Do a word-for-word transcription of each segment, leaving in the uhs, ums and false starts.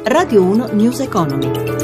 Radio uno News Economy.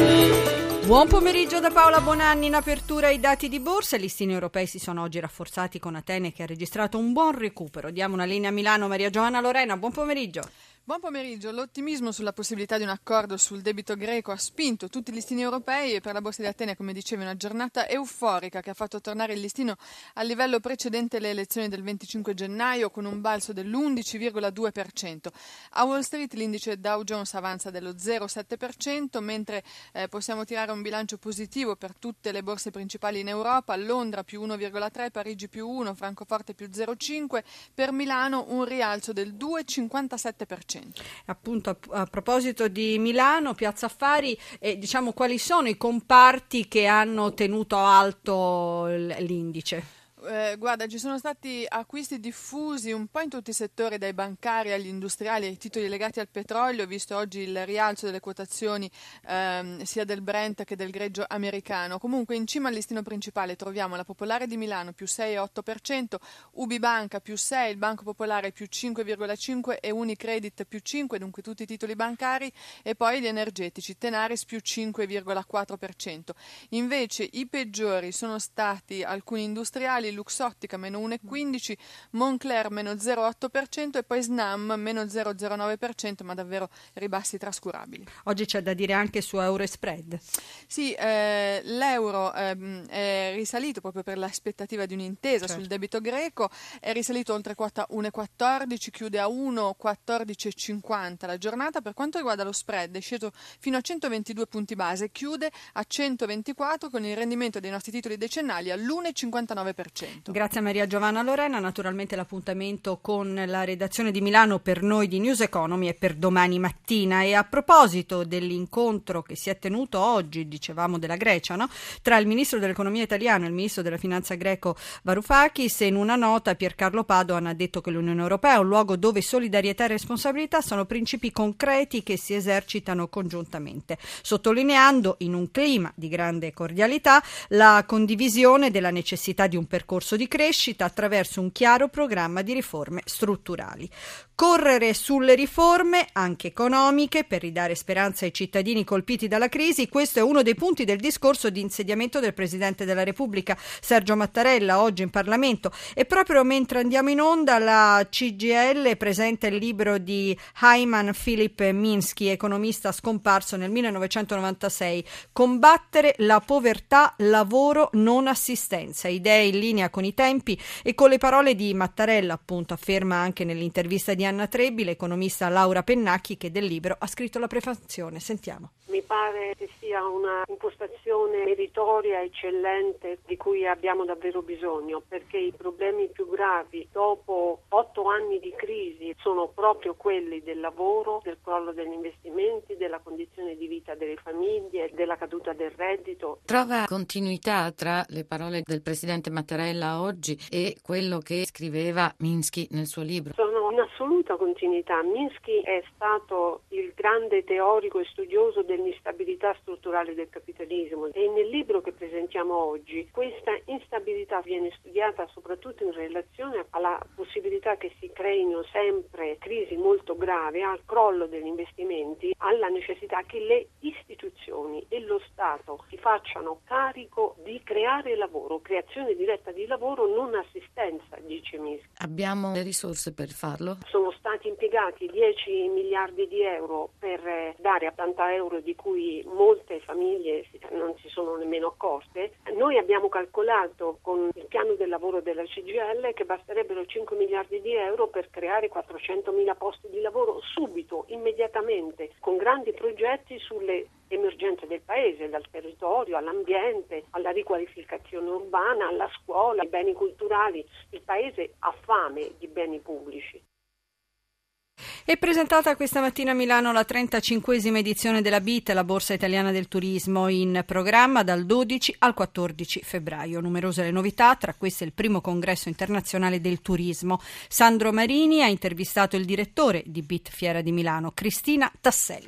Buon pomeriggio da Paola Bonanni. In apertura i dati di borsa. I listini europei si sono oggi rafforzati con Atene che ha registrato un buon recupero. Diamo una linea a Milano. Maria Giovanna Lorena, buon pomeriggio. Buon pomeriggio. L'ottimismo sulla possibilità di un accordo sul debito greco ha spinto tutti i listini europei e per la Borsa di Atene, come dicevi, una giornata euforica che ha fatto tornare il listino al livello precedente alle elezioni del venticinque gennaio con un balzo dell'undici virgola due per cento. A Wall Street l'indice Dow Jones avanza dello zero virgola sette per cento, mentre eh, possiamo tirare un bilancio positivo per tutte le borse principali in Europa. Londra più uno virgola tre, Parigi più uno, Francoforte più zero virgola cinque, per Milano un rialzo del due virgola cinquantasette per cento. Appunto, a, a proposito di Milano, Piazza Affari, eh, diciamo quali sono i comparti che hanno tenuto alto l'indice? Eh, guarda, ci sono stati acquisti diffusi un po' in tutti i settori, dai bancari agli industriali, ai titoli legati al petrolio, visto oggi il rialzo delle quotazioni ehm, sia del Brent che del greggio americano. Comunque in cima al listino principale troviamo la Popolare di Milano più sei virgola otto per cento, Ubibanca più sei, il Banco Popolare più cinque virgola cinque e Unicredit più cinque, dunque tutti i titoli bancari, e poi gli energetici, Tenaris più cinque virgola quattro per cento. Invece i peggiori sono stati alcuni industriali, Luxottica meno uno virgola quindici, Moncler meno zero virgola otto per cento e poi Snam meno zero virgola zero nove per cento, ma davvero ribassi trascurabili. Oggi c'è da dire anche su Euro e Spread. Sì, eh, l'euro eh, è risalito proprio per l'aspettativa di un'intesa certo. sul debito greco, è risalito oltre quota uno virgola quattordici, chiude a uno virgola quattordici cinquanta la giornata. Per quanto riguarda lo spread è sceso fino a centoventidue punti base, chiude a centoventiquattro con il rendimento dei nostri titoli decennali all'uno virgola cinquantanove per cento. Grazie a Maria Giovanna Lorena. Naturalmente l'appuntamento con la redazione di Milano per noi di News Economy è per domani mattina. E a proposito dell'incontro che si è tenuto oggi, dicevamo della Grecia, no? tra il ministro dell'economia italiano e il ministro della finanza greco Varoufakis, in una nota Piercarlo Padoan ha detto che l'Unione Europea è un luogo dove solidarietà e responsabilità sono principi concreti che si esercitano congiuntamente, sottolineando in un clima di grande cordialità la condivisione della necessità di un percorso di crescita attraverso un chiaro programma di riforme strutturali. Correre sulle riforme, anche economiche, per ridare speranza ai cittadini colpiti dalla crisi, questo è uno dei punti del discorso di insediamento del Presidente della Repubblica Sergio Mattarella oggi in Parlamento. E proprio mentre andiamo in onda la C G I L presenta il libro di Hyman Philip Minsky, economista scomparso nel millenovecentonovantasei, Combattere la povertà, lavoro, non assistenza, idee in linea con i tempi e con le parole di Mattarella, appunto, afferma anche nell'intervista di Anna Trebbi l'economista Laura Pennacchi, che del libro ha scritto la prefazione. Sentiamo. Mi pare che sia una impostazione meritoria, eccellente, di cui abbiamo davvero bisogno, perché i problemi più gravi dopo otto anni di crisi sono proprio quelli del lavoro, del crollo degli investimenti, della condizione di vita delle famiglie, della caduta del reddito. Trova continuità tra le parole del Presidente Mattarella oggi e quello che scriveva Minsky nel suo libro? Sono in assoluta continuità. Minsky è stato il grande teorico e studioso dell'instabilità strutturale del capitalismo e nel libro che presentiamo oggi questa instabilità viene studiata soprattutto in relazione alla possibilità che si creino sempre crisi molto gravi, al crollo degli investimenti, alla necessità che le istituzioni e lo Stato si facciano carico di creare lavoro, creazione diretta di lavoro, non assistenza, dice Minsky. Abbiamo le risorse per farlo? Sono stati impiegati dieci miliardi di euro per dare a ottanta euro di cui molte famiglie non si sono nemmeno accorte. Noi abbiamo calcolato con il piano del lavoro della C G I L che basterebbero cinque miliardi di euro per creare quattrocentomila posti di lavoro subito, immediatamente, con grandi progetti sulle emergenze del paese, dal territorio all'ambiente, alla riqualificazione urbana, alla scuola, ai beni culturali. Il paese ha fame di beni pubblici. È presentata questa mattina a Milano la trentacinquesima edizione della B I T, la Borsa Italiana del Turismo, in programma dal dodici al quattordici febbraio. Numerose le novità, tra queste il primo congresso internazionale del turismo. Sandro Marini ha intervistato il direttore di B I T Fiera di Milano, Cristina Tasselli.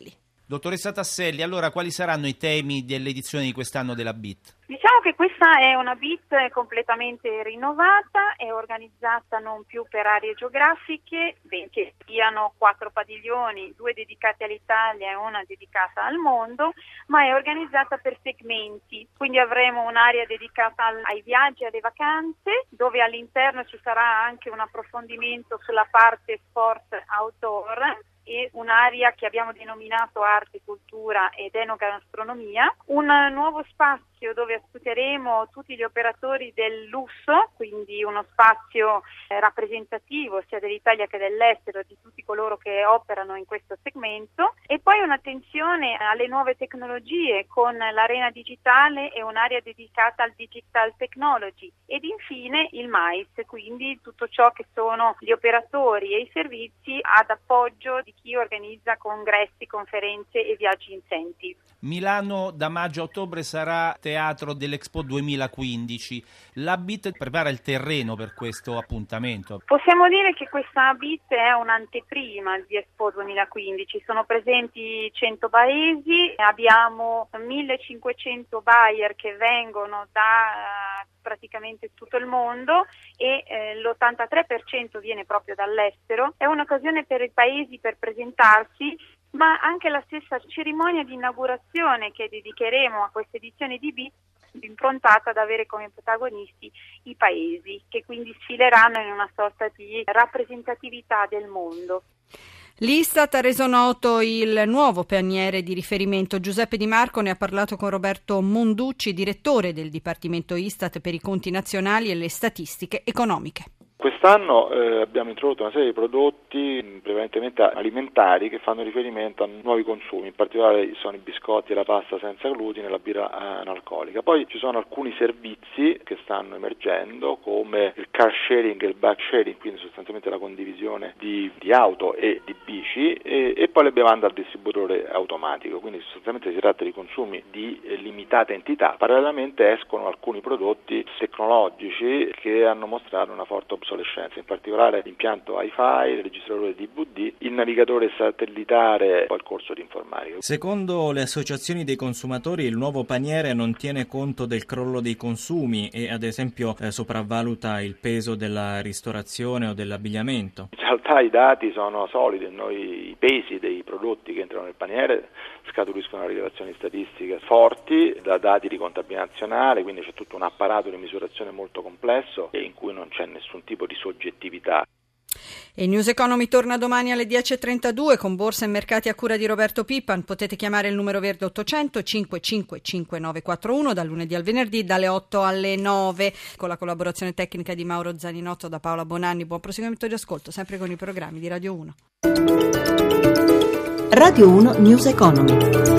Dottoressa Tasselli, allora quali saranno i temi dell'edizione di quest'anno della B I T? Diciamo che questa è una B I T completamente rinnovata, è organizzata non più per aree geografiche, benché siano quattro padiglioni, due dedicati all'Italia e una dedicata al mondo, ma è organizzata per segmenti, quindi avremo un'area dedicata ai viaggi e alle vacanze, dove all'interno ci sarà anche un approfondimento sulla parte sport outdoor, e un'area che abbiamo denominato arte, cultura ed enogastronomia, un nuovo spazio dove ospiteremo tutti gli operatori del lusso, quindi uno spazio eh, rappresentativo sia dell'Italia che dell'estero, di tutti coloro che operano in questo segmento, e poi un'attenzione alle nuove tecnologie con l'arena digitale e un'area dedicata al digital technology, ed infine il mais, quindi tutto ciò che sono gli operatori e i servizi ad appoggio di chi organizza congressi, conferenze e viaggi incentive. Milano da maggio a ottobre sarà teatro dell'Expo duemilaquindici. La B I T prepara il terreno per questo appuntamento? Possiamo dire che questa B I T è un'anteprima di Expo duemilaquindici. Sono presenti cento paesi, abbiamo millecinquecento buyer che vengono da uh, praticamente tutto il mondo e eh, l'ottantatré per cento viene proprio dall'estero. È un'occasione per i paesi per presentarsi, ma anche la stessa cerimonia di inaugurazione che dedicheremo a questa edizione di B I T improntata ad avere come protagonisti i paesi, che quindi sfileranno in una sorta di rappresentatività del mondo. L'Istat ha reso noto il nuovo pianiere di riferimento. Giuseppe Di Marco ne ha parlato con Roberto Monducci, direttore del Dipartimento Istat per i conti nazionali e le statistiche economiche. Quest'anno eh, abbiamo introdotto una serie di prodotti prevalentemente alimentari che fanno riferimento a nuovi consumi, in particolare sono i biscotti e la pasta senza glutine e la birra analcolica. Poi ci sono alcuni servizi che stanno emergendo come il car sharing e il bike sharing, quindi sostanzialmente la condivisione di, di auto e di bici, e, e poi le bevande al distributore automatico, quindi sostanzialmente si tratta di consumi di eh, limitata entità. Parallelamente escono alcuni prodotti tecnologici che hanno mostrato una forte obsolescenza, in particolare l'impianto Hi-Fi, il registratore D V D, il navigatore satellitare e poi il corso di informatica. Secondo le associazioni dei consumatori il nuovo paniere non tiene conto del crollo dei consumi e ad esempio eh, sopravvaluta il peso della ristorazione o dell'abbigliamento. In realtà i dati sono solidi, noi, i pesi dei prodotti che entrano nel paniere scaturiscono da rilevazioni statistiche forti, da dati di contabilità nazionale, quindi c'è tutto un apparato di misurazione molto complesso e in cui non c'è nessun tipo di soggettività. E News Economy torna domani alle dieci e trentadue con Borsa e Mercati a cura di Roberto Pippan. Potete chiamare il numero verde ottocento cinquecentocinquanta cinquantanove quarantuno dal lunedì al venerdì dalle otto alle nove con la collaborazione tecnica di Mauro Zaninotto, da Paola Bonanni. Buon proseguimento di ascolto sempre con i programmi di Radio uno. Radio uno News Economy.